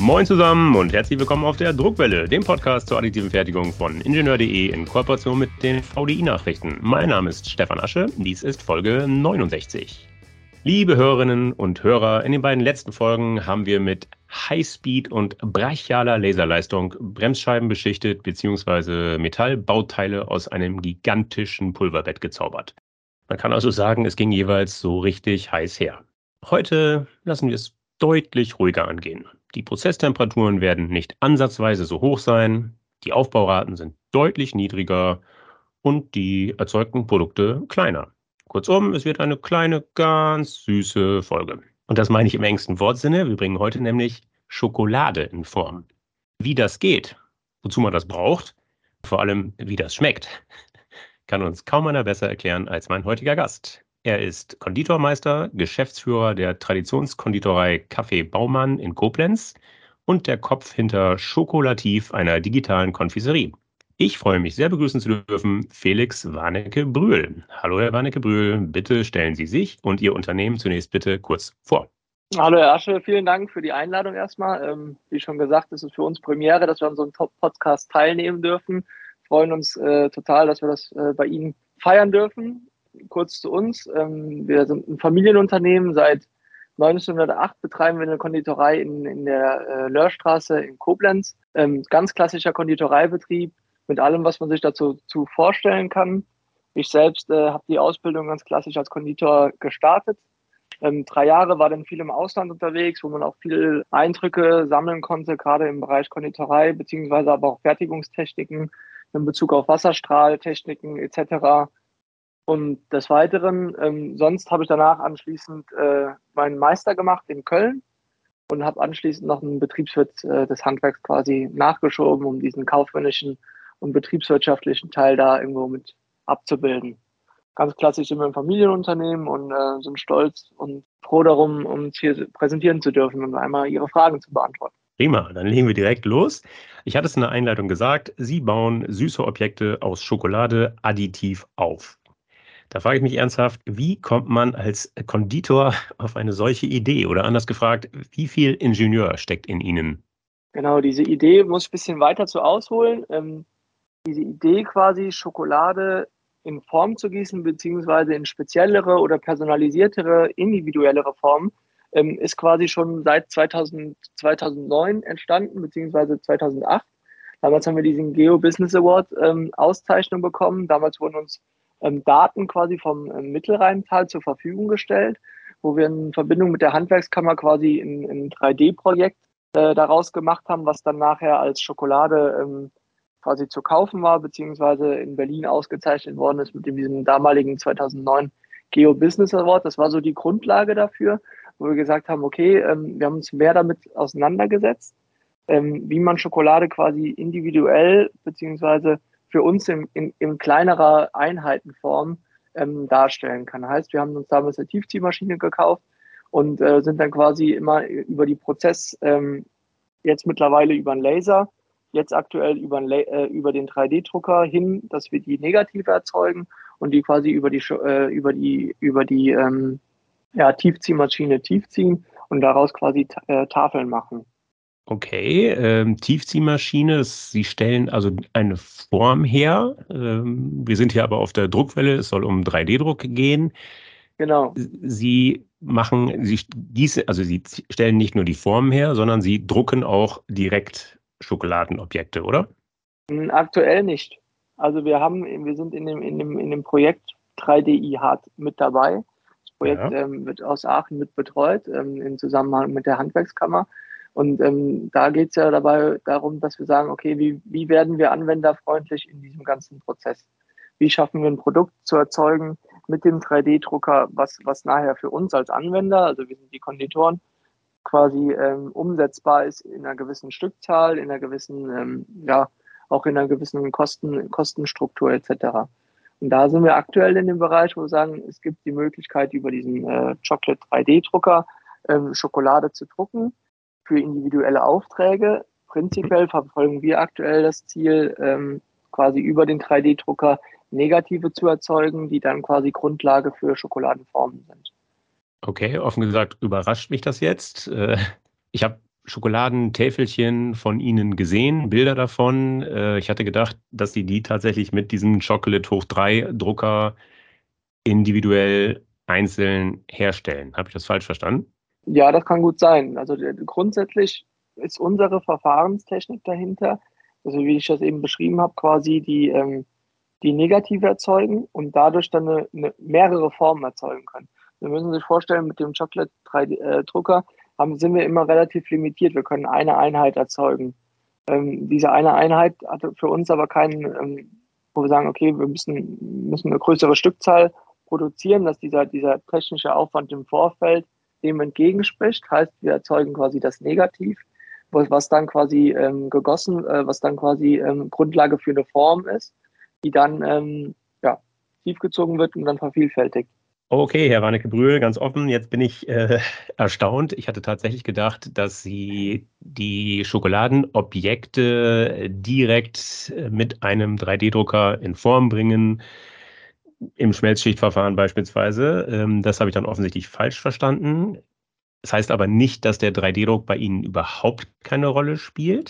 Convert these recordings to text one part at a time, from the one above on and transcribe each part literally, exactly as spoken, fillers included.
Moin zusammen und herzlich willkommen auf der Druckwelle, dem Podcast zur additiven Fertigung von Ingenieur punkt de in Kooperation mit den V D I-Nachrichten. Mein Name ist Stefan Asche, dies ist Folge neunundsechzig. Liebe Hörerinnen und Hörer, in den beiden letzten Folgen haben wir mit Highspeed und brachialer Laserleistung Bremsscheiben beschichtet bzw. Metallbauteile aus einem gigantischen Pulverbett gezaubert. Man kann also sagen, es ging jeweils so richtig heiß her. Heute lassen wir es deutlich ruhiger angehen. Die Prozesstemperaturen werden nicht ansatzweise so hoch sein, die Aufbauraten sind deutlich niedriger und die erzeugten Produkte kleiner. Kurzum, es wird eine kleine, ganz süße Folge. Und das meine ich im engsten Wortsinne. Wir bringen heute nämlich Schokolade in Form. Wie das geht, wozu man das braucht, vor allem wie das schmeckt, kann uns kaum einer besser erklären als mein heutiger Gast. Er ist Konditormeister, Geschäftsführer der Traditionskonditorei Café Baumann in Koblenz und der Kopf hinter Schokolativ, einer digitalen Konfiserie. Ich freue mich sehr, begrüßen zu dürfen Felix Warnecke-Brühl. Hallo Herr Warnecke-Brühl, bitte stellen Sie sich und Ihr Unternehmen zunächst bitte kurz vor. Hallo Herr Asche, vielen Dank für die Einladung erstmal. Ähm, wie schon gesagt, es ist für uns Premiere, dass wir an so einem Top-Podcast teilnehmen dürfen. Wir freuen uns äh, total, dass wir das äh, bei Ihnen feiern dürfen. Kurz zu uns. Ähm, wir sind ein Familienunternehmen. Seit neunzehnhundertacht betreiben wir eine Konditorei in, in der äh, Lörstraße in Koblenz. Ähm, ganz klassischer Konditoreibetrieb mit allem, was man sich dazu zu vorstellen kann. Ich selbst äh, habe die Ausbildung ganz klassisch als Konditor gestartet. Ähm, drei Jahre war dann viel im Ausland unterwegs, wo man auch viel Eindrücke sammeln konnte, gerade im Bereich Konditorei, beziehungsweise aber auch Fertigungstechniken in Bezug auf Wasserstrahltechniken et cetera. Und des Weiteren, ähm, sonst habe ich danach anschließend äh, meinen Meister gemacht in Köln und habe anschließend noch einen Betriebswirt äh, des Handwerks quasi nachgeschoben, um diesen kaufmännischen und betriebswirtschaftlichen Teil da irgendwo mit abzubilden. Ganz klassisch sind wir ein Familienunternehmen und äh, sind stolz und froh darum, uns hier präsentieren zu dürfen und einmal Ihre Fragen zu beantworten. Prima, dann legen wir direkt los. Ich hatte es in der Einleitung gesagt, Sie bauen süße Objekte aus Schokolade additiv auf. Da frage ich mich ernsthaft, wie kommt man als Konditor auf eine solche Idee? Oder anders gefragt, wie viel Ingenieur steckt in Ihnen? Genau, diese Idee muss ich ein bisschen weiter zu ausholen. Ähm, diese Idee quasi, Schokolade in Form zu gießen, beziehungsweise in speziellere oder personalisiertere, individuellere Formen, ähm, ist quasi schon seit zweitausend, zweitausendneun entstanden, beziehungsweise zweitausendacht. Damals haben wir diesen Geo Business Award ähm, Auszeichnung bekommen. Damals wurden uns ähm, Daten quasi vom ähm, Mittelrheintal zur Verfügung gestellt, wo wir in Verbindung mit der Handwerkskammer quasi ein, ein drei D-Projekt äh, daraus gemacht haben, was dann nachher als Schokolade ähm, quasi zu kaufen war, beziehungsweise in Berlin ausgezeichnet worden ist mit diesem damaligen zweitausendneun Geo Business Award. Das war so die Grundlage dafür, wo wir gesagt haben, okay, ähm, wir haben uns mehr damit auseinandergesetzt, ähm, wie man Schokolade quasi individuell, beziehungsweise für uns in, in, in kleinerer Einheitenform ähm, darstellen kann. Heißt, wir haben uns damals eine Tiefziehmaschine gekauft und äh, sind dann quasi immer über die Prozess, ähm, jetzt mittlerweile über einen Laser, jetzt aktuell über, einen, äh, über den drei D-Drucker hin, dass wir die Negative erzeugen und die quasi über die, äh, über die, über die ähm, ja, Tiefziehmaschine tiefziehen und daraus quasi äh, Tafeln machen. Okay, ähm, Tiefziehmaschine, das- Sie stellen also eine Form her. Ähm, wir sind hier aber auf der Druckwelle, es soll um drei D-Druck gehen. Genau. Sie machen, Sie gießen, also Sie z- stellen nicht nur die Form her, sondern Sie drucken auch direkt Schokoladenobjekte, oder? Hm, Aktuell nicht. Also wir haben, wir sind in dem, in dem, in dem Projekt drei D I Hard mit dabei. Das Projekt Ja. ähm, wird aus Aachen mit betreut, ähm, im Zusammenhang mit der Handwerkskammer. Und ähm, da geht es ja dabei darum, dass wir sagen, okay, wie, wie werden wir anwenderfreundlich in diesem ganzen Prozess? Wie schaffen wir ein Produkt zu erzeugen mit dem drei D-Drucker, was, was nachher für uns als Anwender, also wir sind die Konditoren, quasi ähm, umsetzbar ist in einer gewissen Stückzahl, in einer gewissen, ähm, ja, auch in einer gewissen Kosten, Kostenstruktur et cetera. Und da sind wir aktuell in dem Bereich, wo wir sagen, es gibt die Möglichkeit, über diesen äh, Chocolate drei D-Drucker ähm, Schokolade zu drucken für individuelle Aufträge. Prinzipiell verfolgen wir aktuell das Ziel, ähm, quasi über den drei D-Drucker Negative zu erzeugen, die dann quasi Grundlage für Schokoladenformen sind. Okay, offen gesagt überrascht mich das jetzt. Äh, Ich habe Schokoladentäfelchen von Ihnen gesehen, Bilder davon. Äh, ich hatte gedacht, dass Sie die tatsächlich mit diesem Chocolate Hoch drei Drucker individuell einzeln herstellen. Habe ich das falsch verstanden? Ja, das kann gut sein. Also der, grundsätzlich ist unsere Verfahrenstechnik dahinter, also wie ich das eben beschrieben habe, quasi die, ähm, die Negative erzeugen und dadurch dann eine, eine mehrere Formen erzeugen können. Wir müssen sich vorstellen, mit dem Chocolate drei D-Drucker haben, sind wir immer relativ limitiert. Wir können eine Einheit erzeugen. Ähm, diese eine Einheit hat für uns aber keinen, ähm, wo wir sagen, okay, wir müssen, müssen eine größere Stückzahl produzieren, dass dieser, dieser technische Aufwand im Vorfeld dem entgegenspricht. Heißt, wir erzeugen quasi das Negativ, was, was dann quasi ähm, gegossen, äh, was dann quasi ähm, Grundlage für eine Form ist, die dann ähm, ja, tiefgezogen wird und dann vervielfältigt. Okay, Herr Warnecke-Brühl, ganz offen, jetzt bin ich äh, erstaunt. Ich hatte tatsächlich gedacht, dass Sie die Schokoladenobjekte direkt äh, mit einem drei D-Drucker in Form bringen, im Schmelzschichtverfahren beispielsweise. Ähm, das habe ich dann offensichtlich falsch verstanden. Das heißt aber nicht, dass der drei D-Druck bei Ihnen überhaupt keine Rolle spielt,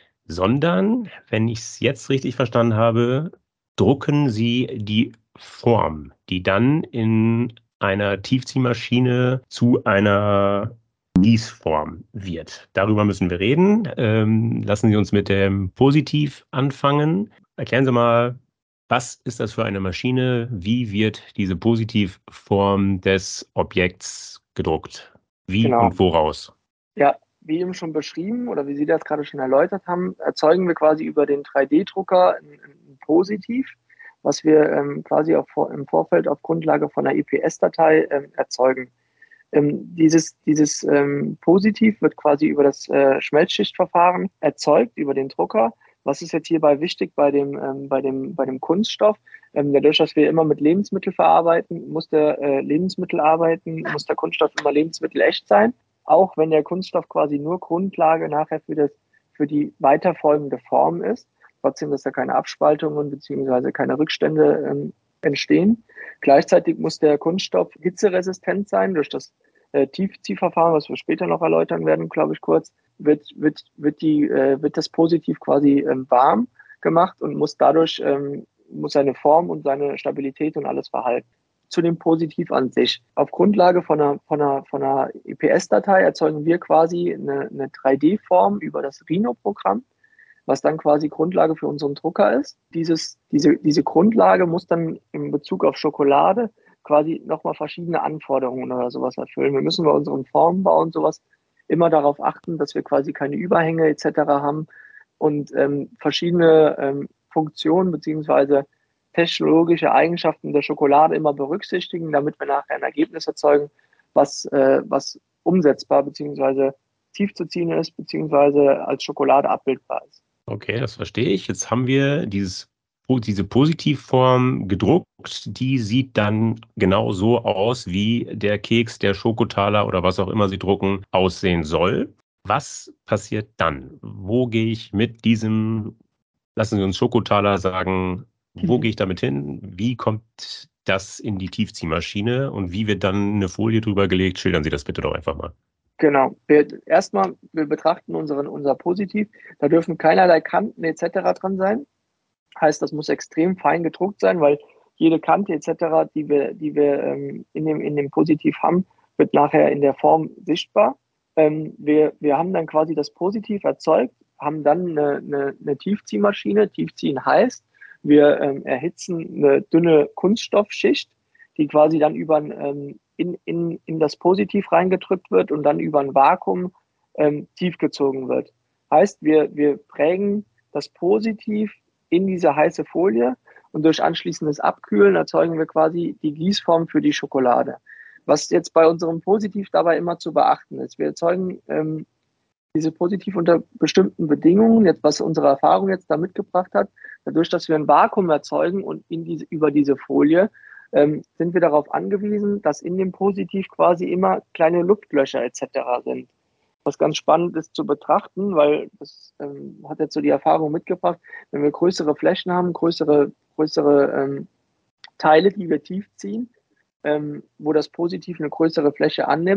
sondern, wenn ich es jetzt richtig verstanden habe, drucken Sie die Form, die dann in einer Tiefziehmaschine zu einer Niesform wird. Darüber müssen wir reden. Ähm, lassen Sie uns mit dem Positiv anfangen. Erklären Sie mal, was ist das für eine Maschine? Wie wird diese Positivform des Objekts gedruckt? Wie Genau. und woraus? Ja, wie eben schon beschrieben oder wie Sie das gerade schon erläutert haben, erzeugen wir quasi über den drei D-Drucker ein, ein Positiv, was wir ähm, quasi auch vor, im Vorfeld auf Grundlage von einer I P S-Datei ähm, erzeugen. Ähm, dieses dieses ähm, Positiv wird quasi über das äh, Schmelzschichtverfahren erzeugt, über den Drucker. Was ist jetzt hierbei wichtig bei dem, ähm, bei dem, bei dem Kunststoff? Ähm, dadurch, dass wir immer mit Lebensmittel verarbeiten, muss der äh, Lebensmittel arbeiten, muss der Kunststoff immer lebensmittelecht sein, auch wenn der Kunststoff quasi nur Grundlage nachher für, das, für die weiterfolgende Form ist. Trotzdem, dass da keine Abspaltungen beziehungsweise keine Rückstände ähm, entstehen. Gleichzeitig muss der Kunststoff hitzeresistent sein. Durch das äh, Tiefziehverfahren, was wir später noch erläutern werden, glaube ich kurz, wird, wird, wird, die, äh, wird das Positiv quasi ähm, warm gemacht und muss dadurch ähm, muss seine Form und seine Stabilität und alles verhalten. Zu dem Positiv an sich. Auf Grundlage von einer, von einer, von einer I P S-Datei erzeugen wir quasi eine, eine drei D-Form über das Rhino-Programm, was dann quasi Grundlage für unseren Drucker ist. Dieses, diese, diese Grundlage muss dann in Bezug auf Schokolade quasi nochmal verschiedene Anforderungen oder sowas erfüllen. Wir müssen bei unserem Formbau und sowas immer darauf achten, dass wir quasi keine Überhänge et cetera haben und ähm, verschiedene ähm, Funktionen beziehungsweise technologische Eigenschaften der Schokolade immer berücksichtigen, damit wir nachher ein Ergebnis erzeugen, was, äh, was umsetzbar beziehungsweise tief zu ziehen ist, beziehungsweise als Schokolade abbildbar ist. Okay, das verstehe ich. Jetzt haben wir dieses, diese Positivform gedruckt. Die sieht dann genau so aus, wie der Keks, der Schokotaler oder was auch immer Sie drucken, aussehen soll. Was passiert dann? Wo gehe ich mit diesem, lassen Sie uns Schokotaler sagen, wo gehe ich damit hin? Wie kommt das in die Tiefziehmaschine und wie wird dann eine Folie drüber gelegt? Schildern Sie das bitte doch einfach mal. Genau. Wir, erstmal, wir betrachten unseren, unser Positiv. Da dürfen keinerlei Kanten et cetera dran sein. Heißt, das muss extrem fein gedruckt sein, weil jede Kante et cetera, die wir, die wir ähm, in, dem, in dem Positiv haben, wird nachher in der Form sichtbar. Ähm, wir, wir haben dann quasi das Positiv erzeugt, haben dann eine, eine, eine Tiefziehmaschine. Tiefziehen heißt, wir ähm, erhitzen eine dünne Kunststoffschicht, die quasi dann über ein, ähm, in, in, in das Positiv reingedrückt wird und dann über ein Vakuum ähm, tiefgezogen wird. Heißt, wir, wir prägen das Positiv in diese heiße Folie und durch anschließendes Abkühlen erzeugen wir quasi die Gießform für die Schokolade. Was jetzt bei unserem Positiv dabei immer zu beachten ist, wir erzeugen ähm, diese Positiv unter bestimmten Bedingungen, jetzt was unsere Erfahrung jetzt da mitgebracht hat, dadurch, dass wir ein Vakuum erzeugen und in diese, über diese Folie, ähm, sind wir darauf angewiesen, dass in dem Positiv quasi immer kleine Luftlöcher et cetera sind. Was ganz spannend ist zu betrachten, weil das ähm, hat jetzt so die Erfahrung mitgebracht, wenn wir größere Flächen haben, größere, größere ähm, Teile, die wir tief ziehen, ähm, wo das Positiv eine größere Fläche annimmt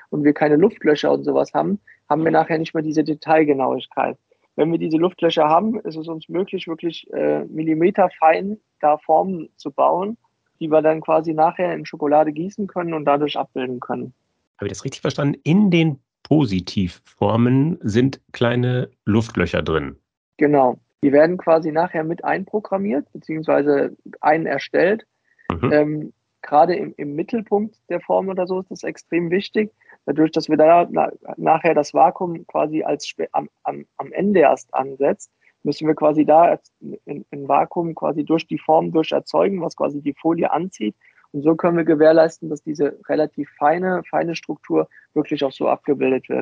und wir keine Luftlöcher und sowas haben, haben wir nachher nicht mehr diese Detailgenauigkeit. Wenn wir diese Luftlöcher haben, ist es uns möglich, wirklich äh, millimeterfein da Formen zu bauen, die wir dann quasi nachher in Schokolade gießen können und dadurch abbilden können. Habe ich das richtig verstanden? In den Positivformen sind kleine Luftlöcher drin. Genau. Die werden quasi nachher mit einprogrammiert, beziehungsweise ein erstellt. Mhm. Ähm, gerade im, im Mittelpunkt der Form oder so ist das extrem wichtig. Dadurch, dass wir da na, nachher das Vakuum quasi als am, am, am Ende erst ansetzt, müssen wir quasi da ein Vakuum quasi durch die Form durch erzeugen, was quasi die Folie anzieht. Und so können wir gewährleisten, dass diese relativ feine, feine Struktur wirklich auch so abgebildet wird.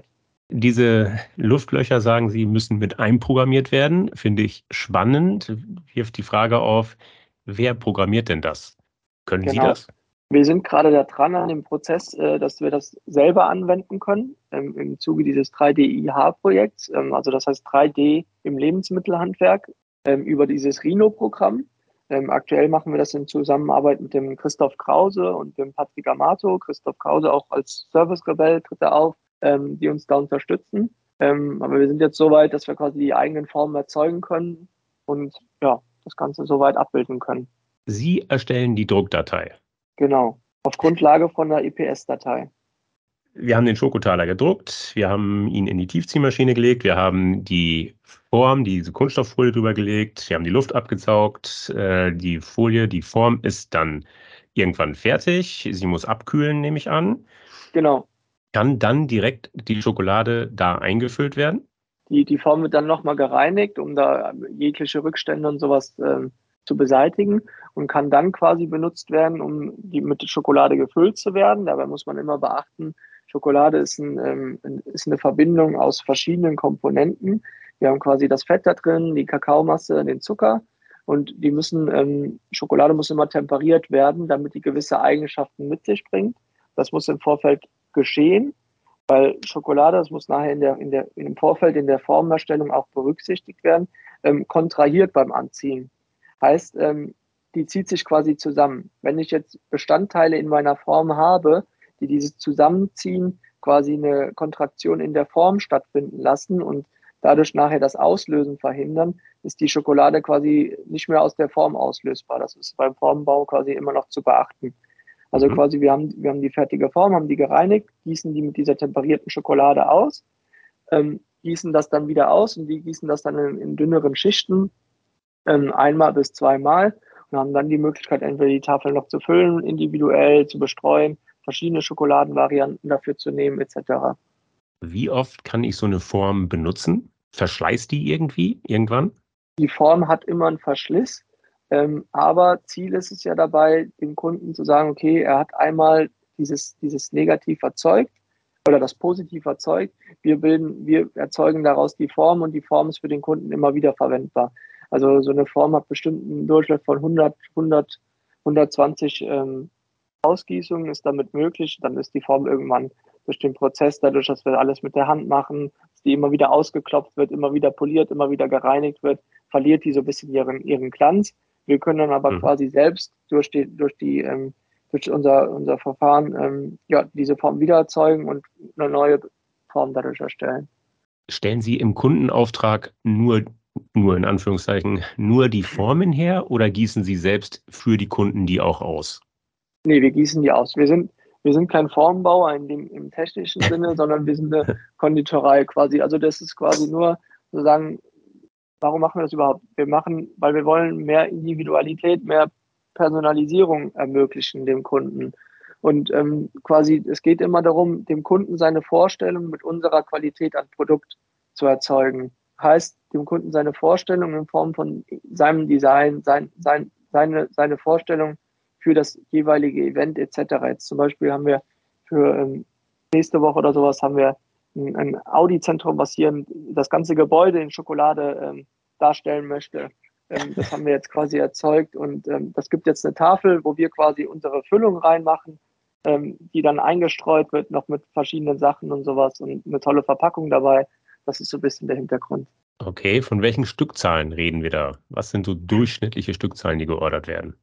Diese Luftlöcher, sagen Sie, müssen mit einprogrammiert werden. Finde ich spannend. Wirft die Frage auf, wer programmiert denn das? Können Sie Genau. das? Wir sind gerade da dran an dem Prozess, äh, dass wir das selber anwenden können, ähm, im Zuge dieses drei D I H-Projekts, ähm, also das heißt drei D im Lebensmittelhandwerk, ähm, über dieses Rhino-Programm. Ähm, aktuell machen wir das in Zusammenarbeit mit dem Christoph Krause und dem Patrick Amato. Christoph Krause auch als Service-Rebell tritt er auf, ähm, die uns da unterstützen. Ähm, aber wir sind jetzt so weit, dass wir quasi die eigenen Formen erzeugen können und ja, das Ganze so weit abbilden können. Sie erstellen die Druckdatei. Genau, auf Grundlage von einer I P S-Datei. Wir haben den Schokotaler gedruckt, wir haben ihn in die Tiefziehmaschine gelegt, wir haben die Form, diese Kunststofffolie drüber gelegt, wir haben die Luft abgesaugt, äh, die Folie, die Form ist dann irgendwann fertig. Sie muss abkühlen, nehme ich an. Genau. Kann dann direkt die Schokolade da eingefüllt werden? Die, die Form wird dann nochmal gereinigt, um da jegliche Rückstände und sowas ähm, zu beseitigen und kann dann quasi benutzt werden, um die mit Schokolade gefüllt zu werden. Dabei muss man immer beachten, Schokolade ist, ein, ähm, ist eine Verbindung aus verschiedenen Komponenten. Wir haben quasi das Fett da drin, die Kakaomasse, den Zucker und die müssen, ähm, Schokolade muss immer temperiert werden, damit die gewisse Eigenschaften mit sich bringt. Das muss im Vorfeld geschehen. Weil Schokolade, das muss nachher in der, in der, im Vorfeld in der Formerstellung auch berücksichtigt werden, ähm, kontrahiert beim Anziehen. Heißt, ähm, die zieht sich quasi zusammen. Wenn ich jetzt Bestandteile in meiner Form habe, die dieses Zusammenziehen quasi eine Kontraktion in der Form stattfinden lassen und dadurch nachher das Auslösen verhindern, ist die Schokolade quasi nicht mehr aus der Form auslösbar. Das ist beim Formbau quasi immer noch zu beachten. Also Mhm. quasi, wir haben, wir haben die fertige Form, haben die gereinigt, gießen die mit dieser temperierten Schokolade aus, ähm, gießen das dann wieder aus und die gießen das dann in, in dünneren Schichten ähm, einmal bis zweimal und haben dann die Möglichkeit, entweder die Tafel noch zu füllen, individuell zu bestreuen, verschiedene Schokoladenvarianten dafür zu nehmen, et cetera. Wie oft kann ich so eine Form benutzen? Verschleißt die irgendwie irgendwann? Die Form hat immer einen Verschliss, ähm, aber Ziel ist es ja dabei, dem Kunden zu sagen, okay, er hat einmal dieses, dieses Negativ erzeugt oder das Positiv erzeugt. Wir bilden, wir erzeugen daraus die Form und die Form ist für den Kunden immer wieder verwendbar. Also so eine Form hat bestimmt einen Durchschnitt von hundert, hundert, hundertzwanzig ähm, Ausgießungen, ist damit möglich. Dann ist die Form irgendwann durch den Prozess, dadurch, dass wir alles mit der Hand machen, dass die immer wieder ausgeklopft wird, immer wieder poliert, immer wieder gereinigt wird, verliert die so ein bisschen ihren, ihren Glanz. Wir können dann aber Mhm. quasi selbst durch die, durch die, ähm, durch unser, unser Verfahren, ähm, ja, diese Form wieder erzeugen und eine neue Form dadurch erstellen. Stellen Sie im Kundenauftrag nur, nur in Anführungszeichen, nur die Formen her oder gießen Sie selbst für die Kunden die auch aus? Nee, wir gießen die aus. Wir sind, wir sind kein Formbauer in dem, im technischen Sinne, sondern wir sind eine Konditorei quasi. Also das ist quasi nur sozusagen, warum machen wir das überhaupt? Wir machen, weil wir wollen mehr Individualität, mehr Personalisierung ermöglichen dem Kunden. Und ähm, quasi, es geht immer darum, dem Kunden seine Vorstellung mit unserer Qualität an Produkt zu erzeugen. Heißt, dem Kunden seine Vorstellung in Form von seinem Design, sein, sein, seine, seine Vorstellung für das jeweilige Event et cetera. Jetzt zum Beispiel haben wir für ähm, nächste Woche oder sowas haben wir ein, ein Audi-Zentrum, was hier das ganze Gebäude in Schokolade ähm, darstellen möchte. Ähm, das haben wir jetzt quasi erzeugt und ähm, das gibt jetzt eine Tafel, wo wir quasi unsere Füllung reinmachen, ähm, die dann eingestreut wird, noch mit verschiedenen Sachen und sowas und eine tolle Verpackung dabei. Das ist so ein bisschen der Hintergrund. Okay, von welchen Stückzahlen reden wir da? Was sind so durchschnittliche Stückzahlen, die geordert werden?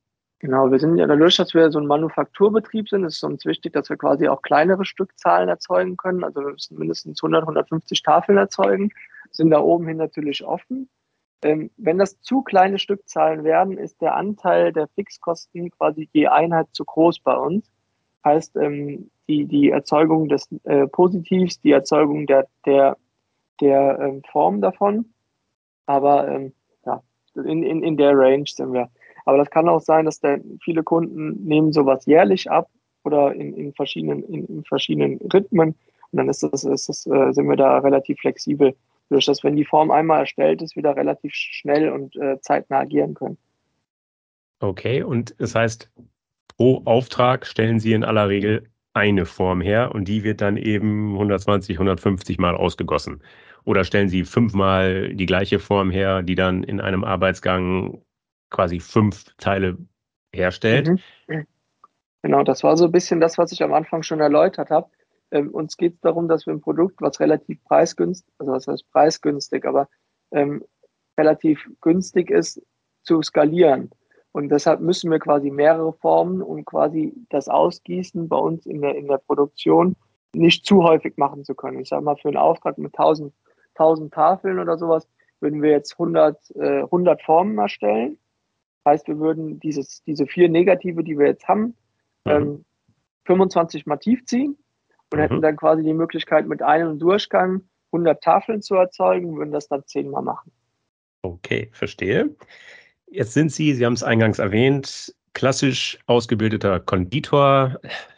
Genau, wir sind ja dadurch, dass wir so ein Manufakturbetrieb sind, ist es uns wichtig, dass wir quasi auch kleinere Stückzahlen erzeugen können. Also wir müssen mindestens hundert, hundertfünfzig Tafeln erzeugen, sind da oben hin natürlich offen. Ähm, wenn das zu kleine Stückzahlen werden, ist der Anteil der Fixkosten quasi je Einheit zu groß bei uns. Heißt, ähm, die, die Erzeugung des äh, Positivs, die Erzeugung der, der, der ähm, Form davon. Aber ähm, ja, in, in, in der Range sind wir. Aber das kann auch sein, dass der, viele Kunden nehmen sowas jährlich ab oder in, in verschiedenen, in, in verschiedenen Rhythmen. Und dann ist das, ist das, äh, sind wir da relativ flexibel, durch das, wenn die Form einmal erstellt ist, wieder relativ schnell und äh, zeitnah agieren können. Okay, und das heißt, pro Auftrag stellen Sie in aller Regel eine Form her und die wird dann eben hundertzwanzig, hundertfünfzig Mal ausgegossen. Oder stellen Sie fünfmal die gleiche Form her, die dann in einem Arbeitsgang quasi fünf Teile herstellt. Mhm. Genau, das war so ein bisschen das, was ich am Anfang schon erläutert habe. Ähm, uns geht es darum, dass wir ein Produkt, was relativ preisgünstig, also was heißt preisgünstig, aber ähm, relativ günstig ist, zu skalieren. Und deshalb müssen wir quasi mehrere Formen und quasi das Ausgießen bei uns in der, in der Produktion nicht zu häufig machen zu können. Ich sage mal, für einen Auftrag mit tausend, tausend Tafeln oder sowas würden wir jetzt hundert, äh, hundert Formen erstellen. Heißt, wir würden dieses, diese vier Negative, die wir jetzt haben, Mhm. ähm, fünfundzwanzig Mal tief ziehen und hätten Mhm. dann quasi die Möglichkeit, mit einem Durchgang hundert Tafeln zu erzeugen, würden das dann zehn Mal machen. Okay, verstehe. Jetzt sind Sie, Sie haben es eingangs erwähnt, klassisch ausgebildeter Konditor.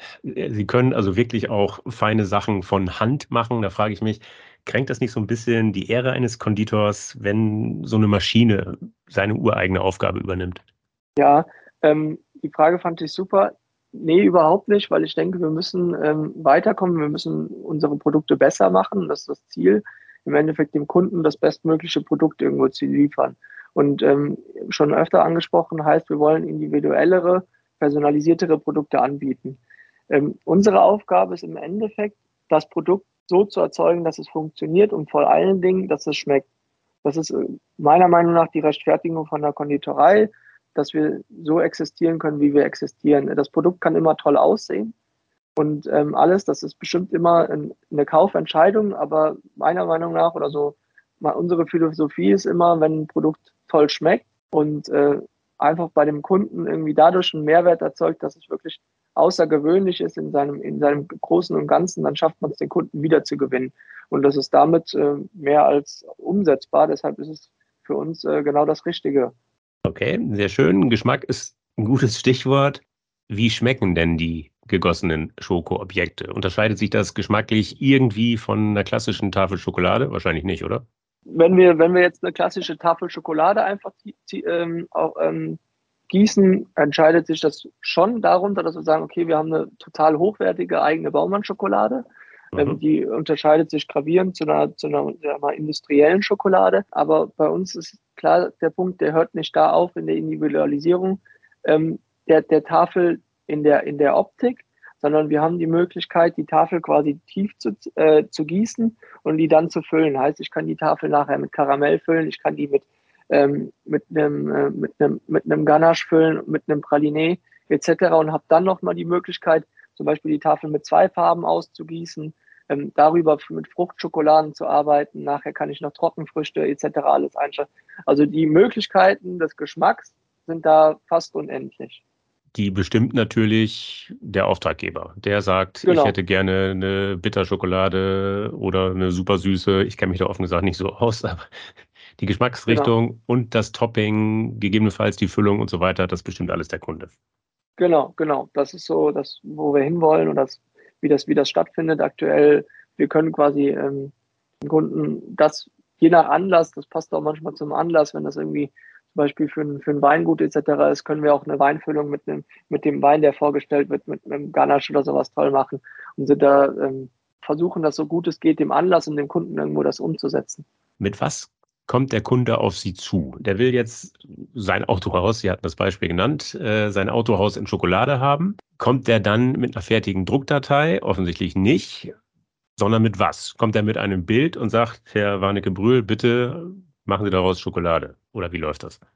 Sie können also wirklich auch feine Sachen von Hand machen. Da frage ich mich, kränkt das nicht so ein bisschen die Ehre eines Konditors, wenn so eine Maschine seine ureigene Aufgabe übernimmt? Ja, ähm, die Frage fand ich super. Nee, überhaupt nicht, weil ich denke, wir müssen ähm, weiterkommen, wir müssen unsere Produkte besser machen. Das ist das Ziel, im Endeffekt dem Kunden das bestmögliche Produkt irgendwo zu liefern. Und ähm, schon öfter angesprochen heißt, wir wollen individuellere, personalisiertere Produkte anbieten. Ähm, unsere Aufgabe ist im Endeffekt, das Produkt so zu erzeugen, dass es funktioniert und vor allen Dingen, dass es schmeckt. Das ist äh, meiner Meinung nach die Rechtfertigung von der Konditorei, dass wir so existieren können, wie wir existieren. Das Produkt kann immer toll aussehen und ähm, alles, das ist bestimmt immer ein, eine Kaufentscheidung, aber meiner Meinung nach oder so, mal unsere Philosophie ist immer, wenn ein Produkt toll schmeckt und äh, einfach bei dem Kunden irgendwie dadurch einen Mehrwert erzeugt, dass es wirklich außergewöhnlich ist in seinem, in seinem Großen und Ganzen, dann schafft man es, den Kunden wieder zu gewinnen. Und das ist damit äh, mehr als umsetzbar. Deshalb ist es für uns äh, genau das Richtige. Okay, sehr schön. Geschmack ist ein gutes Stichwort. Wie schmecken denn die gegossenen Schokoobjekte? Unterscheidet sich das geschmacklich irgendwie von einer klassischen Tafel Schokolade? Wahrscheinlich nicht, oder? Wenn wir, wenn wir jetzt eine klassische Tafel Schokolade einfach ähm, auch, ähm, gießen, entscheidet sich das schon darunter, dass wir sagen, okay, wir haben eine total hochwertige eigene Baumann-Schokolade. Ähm, Mhm. die unterscheidet sich gravierend zu einer, zu einer, sagen wir mal, industriellen Schokolade. Aber bei uns ist klar der Punkt, der hört nicht da auf in der Individualisierung ähm, der, der Tafel in der, in der Optik, sondern wir haben die Möglichkeit, die Tafel quasi tief zu, äh, zu gießen und die dann zu füllen. Heißt, ich kann die Tafel nachher mit Karamell füllen, ich kann die mit, ähm, mit einem, äh, mit einem, mit einem Ganache füllen, mit einem Praliné et cetera und habe dann nochmal die Möglichkeit, zum Beispiel die Tafel mit zwei Farben auszugießen, ähm, darüber mit Fruchtschokoladen zu arbeiten. Nachher kann ich noch Trockenfrüchte et cetera alles einstellen. Also die Möglichkeiten des Geschmacks sind da fast unendlich. Die bestimmt natürlich der Auftraggeber. Der sagt, ich Genau, hätte gerne eine Bitterschokolade oder eine super süße. Ich kenne mich da offen gesagt nicht so aus, aber die genau. Geschmacksrichtung und das Topping, gegebenenfalls die Füllung und so weiter, das bestimmt alles der Kunde. Genau, genau. Das ist so das, wo wir hinwollen und das, wie das, wie das stattfindet aktuell. Wir können quasi ähm, dem Kunden das je nach Anlass, das passt auch manchmal zum Anlass, wenn das irgendwie zum Beispiel für ein, für ein Weingut et cetera ist, können wir auch eine Weinfüllung mit einem, mit dem Wein, der vorgestellt wird, mit einem Ganache oder sowas toll machen und sind da, ähm, versuchen das so gut es geht, dem Anlass und dem Kunden irgendwo das umzusetzen. Mit was kommt der Kunde auf Sie zu? Der will jetzt sein Autohaus, Sie hatten das Beispiel genannt, äh, sein Autohaus in Schokolade haben. Kommt der dann mit einer fertigen Druckdatei? Offensichtlich nicht, sondern mit was? Kommt er mit einem Bild und sagt, Herr Warnecke-Brühl, bitte machen Sie daraus Schokolade? Oder wie läuft das?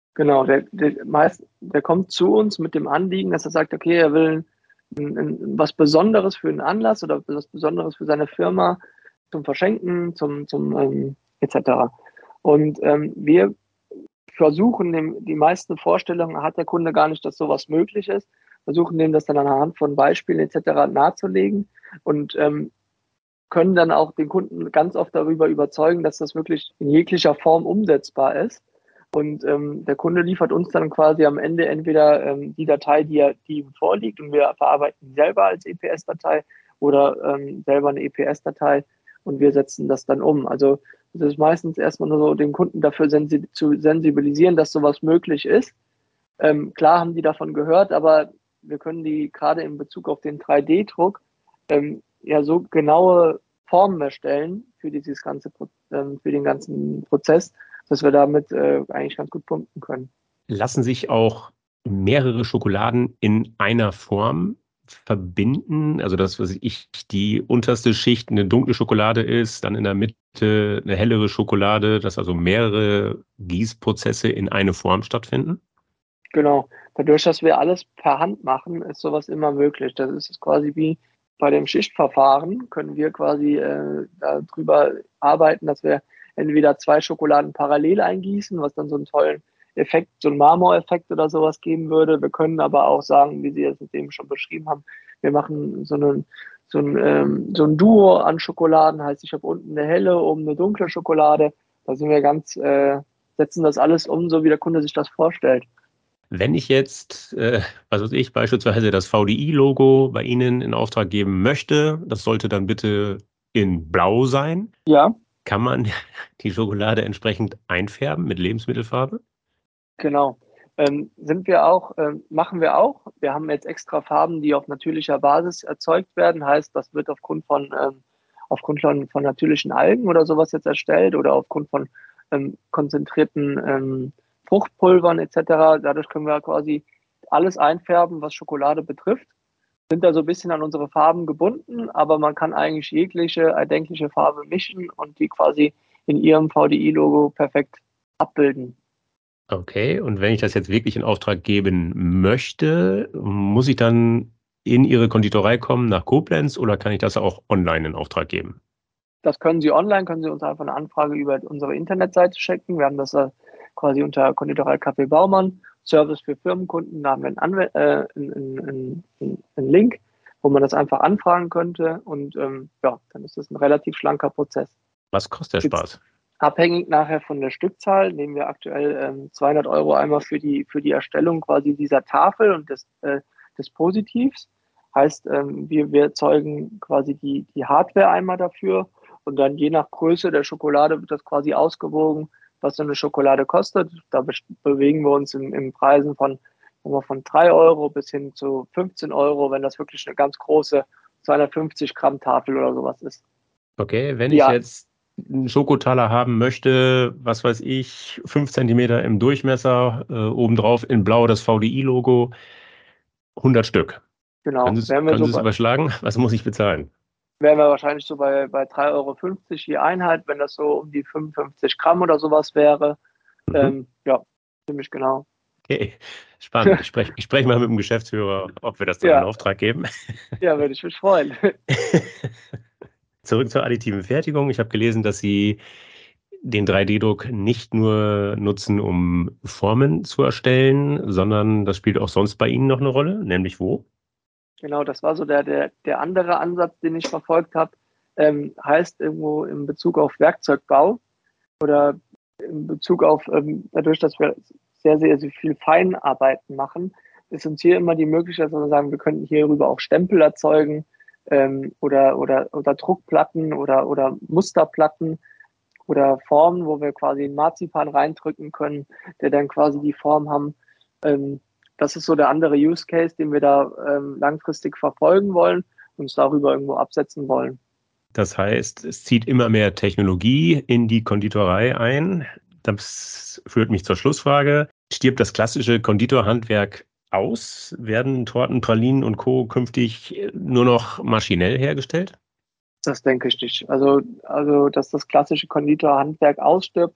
Genau, der, der, meist, der kommt zu uns mit dem Anliegen, dass er sagt, okay, er will ein, ein, was Besonderes für einen Anlass oder was Besonderes für seine Firma zum Verschenken, zum, zum ähm, et cetera. Und ähm, wir versuchen dem, die meisten Vorstellungen hat der Kunde gar nicht, dass sowas möglich ist, versuchen dem das dann anhand von Beispielen et cetera nahezulegen und ähm, können dann auch den Kunden ganz oft darüber überzeugen, dass das wirklich in jeglicher Form umsetzbar ist. Und ähm, der Kunde liefert uns dann quasi am Ende entweder ähm, die Datei, die, er, die ihm vorliegt und wir verarbeiten die selber als E P S-Datei oder ähm, selber eine E P S-Datei und wir setzen das dann um. Also das ist meistens erstmal nur so, den Kunden dafür sensi zu sensibilisieren, dass sowas möglich ist. Ähm, klar haben die davon gehört, aber wir können die gerade in Bezug auf den drei D-Druck ähm, ja so genaue Formen erstellen für dieses ganze, ähm, für den ganzen Prozess, dass wir damit äh, eigentlich ganz gut punkten können. Lassen sich auch mehrere Schokoladen in einer Form verbinden? Also das, was ich, die unterste Schicht eine dunkle Schokolade ist, dann in der Mitte eine hellere Schokolade, dass also mehrere Gießprozesse in eine Form stattfinden? Genau. Dadurch, dass wir alles per Hand machen, ist sowas immer möglich. Das ist quasi wie bei dem Schichtverfahren, können wir quasi äh, darüber arbeiten, dass wir entweder zwei Schokoladen parallel eingießen, was dann so einen tollen Effekt, so einen Marmoreffekt oder sowas geben würde. Wir können aber auch sagen, wie Sie es eben schon beschrieben haben, wir machen so einen so ein, ähm, so ein Duo an Schokoladen, heißt, ich habe unten eine helle, oben eine dunkle Schokolade. Da sind wir ganz, äh, setzen das alles um, so wie der Kunde sich das vorstellt. Wenn ich jetzt, äh, was weiß ich, beispielsweise das V D I-Logo bei Ihnen in Auftrag geben möchte, das sollte dann bitte in Blau sein. Ja, Kann man die Schokolade entsprechend einfärben mit Lebensmittelfarbe? genau. Ähm, sind wir auch, ähm, machen wir auch. Wir haben jetzt extra Farben, die auf natürlicher Basis erzeugt werden. Heißt, das wird aufgrund von, ähm, aufgrund von, von natürlichen Algen oder sowas jetzt erstellt oder aufgrund von ähm, konzentrierten ähm, Fruchtpulvern et cetera. Dadurch können wir quasi alles einfärben, was Schokolade betrifft. Sind da so ein bisschen an unsere Farben gebunden, aber man kann eigentlich jegliche erdenkliche Farbe mischen und die quasi in ihrem V D I-Logo perfekt abbilden. Okay, und wenn ich das jetzt wirklich in Auftrag geben möchte, muss ich dann in Ihre Konditorei kommen nach Koblenz oder kann ich das auch online in Auftrag geben? Das können Sie online, können Sie uns einfach eine Anfrage über unsere Internetseite schicken. Wir haben das äh, quasi unter Konditorei Kaffee Baumann, Service für Firmenkunden. Da haben wir einen, Anwel äh, einen, einen, einen, einen Link, wo man das einfach anfragen könnte. Und ähm, ja, dann ist das ein relativ schlanker Prozess. Was kostet der Jetzt Spaß? abhängig nachher von der Stückzahl nehmen wir aktuell ähm, zweihundert Euro einmal für die, für die Erstellung quasi dieser Tafel und des, äh, des Positivs. Heißt, ähm, wir, wir erzeugen quasi die, die Hardware einmal dafür und dann je nach Größe der Schokolade wird das quasi ausgewogen, was so eine Schokolade kostet. Da be bewegen wir uns in, in Preisen von, von drei Euro bis hin zu fünfzehn Euro, wenn das wirklich eine ganz große zweihundertfünfzig Gramm Tafel oder sowas ist. Okay, wenn ich Ja, jetzt einen Schokotaler haben möchte, was weiß ich, fünf Zentimeter im Durchmesser, äh, obendrauf in Blau das V D I-Logo, hundert Stück. Können genau. Sie es, Wären wir können so Sie es bei, überschlagen? Was muss ich bezahlen? wären wir wahrscheinlich so bei, bei drei Euro fünfzig je Einheit, wenn das so um die fünfundfünfzig Gramm oder sowas wäre. Mhm. Ähm, ja, ziemlich genau. Okay, spannend. Ich spreche ich sprech mal mit dem Geschäftsführer, ob wir das dann in Ja, Auftrag geben. ja, würde ich mich freuen. Zurück zur additiven Fertigung. Ich habe gelesen, dass Sie den drei D-Druck nicht nur nutzen, um Formen zu erstellen, sondern das spielt auch sonst bei Ihnen noch eine Rolle, nämlich wo? Genau, das war so der, der, der andere Ansatz, den ich verfolgt habe. Ähm, heißt irgendwo in Bezug auf Werkzeugbau oder in Bezug auf, ähm, dadurch, dass wir sehr, sehr, sehr viel Feinarbeiten machen, ist uns hier immer die Möglichkeit, dass wir sagen, wir könnten hierüber auch Stempel erzeugen ähm, oder, oder, oder Druckplatten oder, oder Musterplatten oder Formen, wo wir quasi einen Marzipan reindrücken können, der dann quasi die Form haben. Ähm, das ist so der andere Use Case, den wir da ähm, langfristig verfolgen wollen und uns darüber irgendwo absetzen wollen. Das heißt, es zieht immer mehr Technologie in die Konditorei ein. Das führt mich zur Schlussfrage. Stirbt das klassische Konditorhandwerk aus? Werden Torten, Pralinen und Co. künftig nur noch maschinell hergestellt? Das denke ich nicht. Also, also, dass das klassische Konditorhandwerk ausstirbt,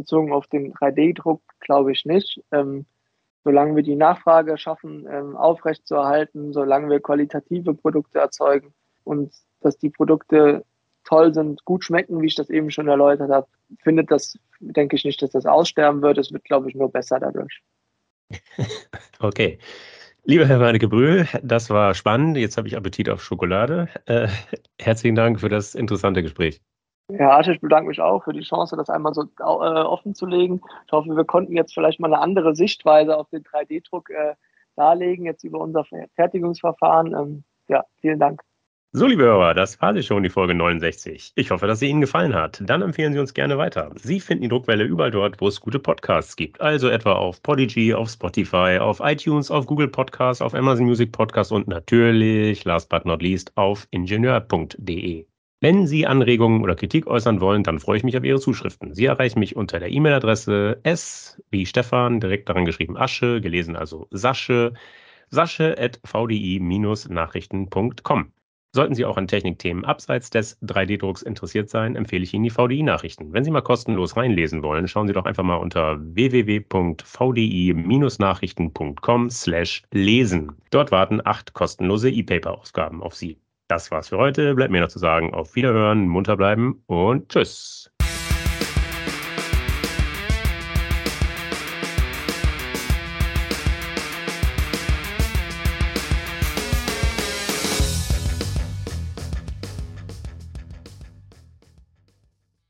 bezogen auf den drei D-Druck glaube ich nicht. Ähm, solange wir die Nachfrage schaffen, ähm, aufrechtzuerhalten, solange wir qualitative Produkte erzeugen und dass die Produkte toll sind, gut schmecken, wie ich das eben schon erläutert habe, findet das, denke ich nicht, dass das aussterben wird. Es wird, glaube ich, nur besser dadurch. Okay. Lieber Herr Warnecke-Brühl, das war spannend. Jetzt habe ich Appetit auf Schokolade. Äh, herzlichen Dank für das interessante Gespräch. Ja, Arsch, ich bedanke mich auch für die Chance, das einmal so äh, offen zu legen. Ich hoffe, wir konnten jetzt vielleicht mal eine andere Sichtweise auf den drei D-Druck äh, darlegen, jetzt über unser Fertigungsverfahren. Ähm, ja, vielen Dank. So, liebe Hörer, das war sie schon, die Folge neunundsechzig. Ich hoffe, dass sie Ihnen gefallen hat. Dann empfehlen Sie uns gerne weiter. Sie finden die Druckwelle überall dort, wo es gute Podcasts gibt. Also etwa auf Podigy, auf Spotify, auf iTunes, auf Google Podcasts, auf Amazon Music Podcasts und natürlich, last but not least, auf ingenieur punkt de. Wenn Sie Anregungen oder Kritik äußern wollen, dann freue ich mich auf Ihre Zuschriften. Sie erreichen mich unter der E-Mail-Adresse s wie Stefan, direkt daran geschrieben Asche, gelesen also Sasche, sasche at v d i Nachrichten punkt com. Sollten Sie auch an Technikthemen abseits des drei D-Drucks interessiert sein, empfehle ich Ihnen die V D I-Nachrichten. Wenn Sie mal kostenlos reinlesen wollen, schauen Sie doch einfach mal unter w w w punkt v d i Nachrichten punkt com slash lesen. Dort warten acht kostenlose E-Paper-Ausgaben auf Sie. Das war's für heute. Bleibt mir noch zu sagen, auf Wiederhören, munter bleiben und tschüss.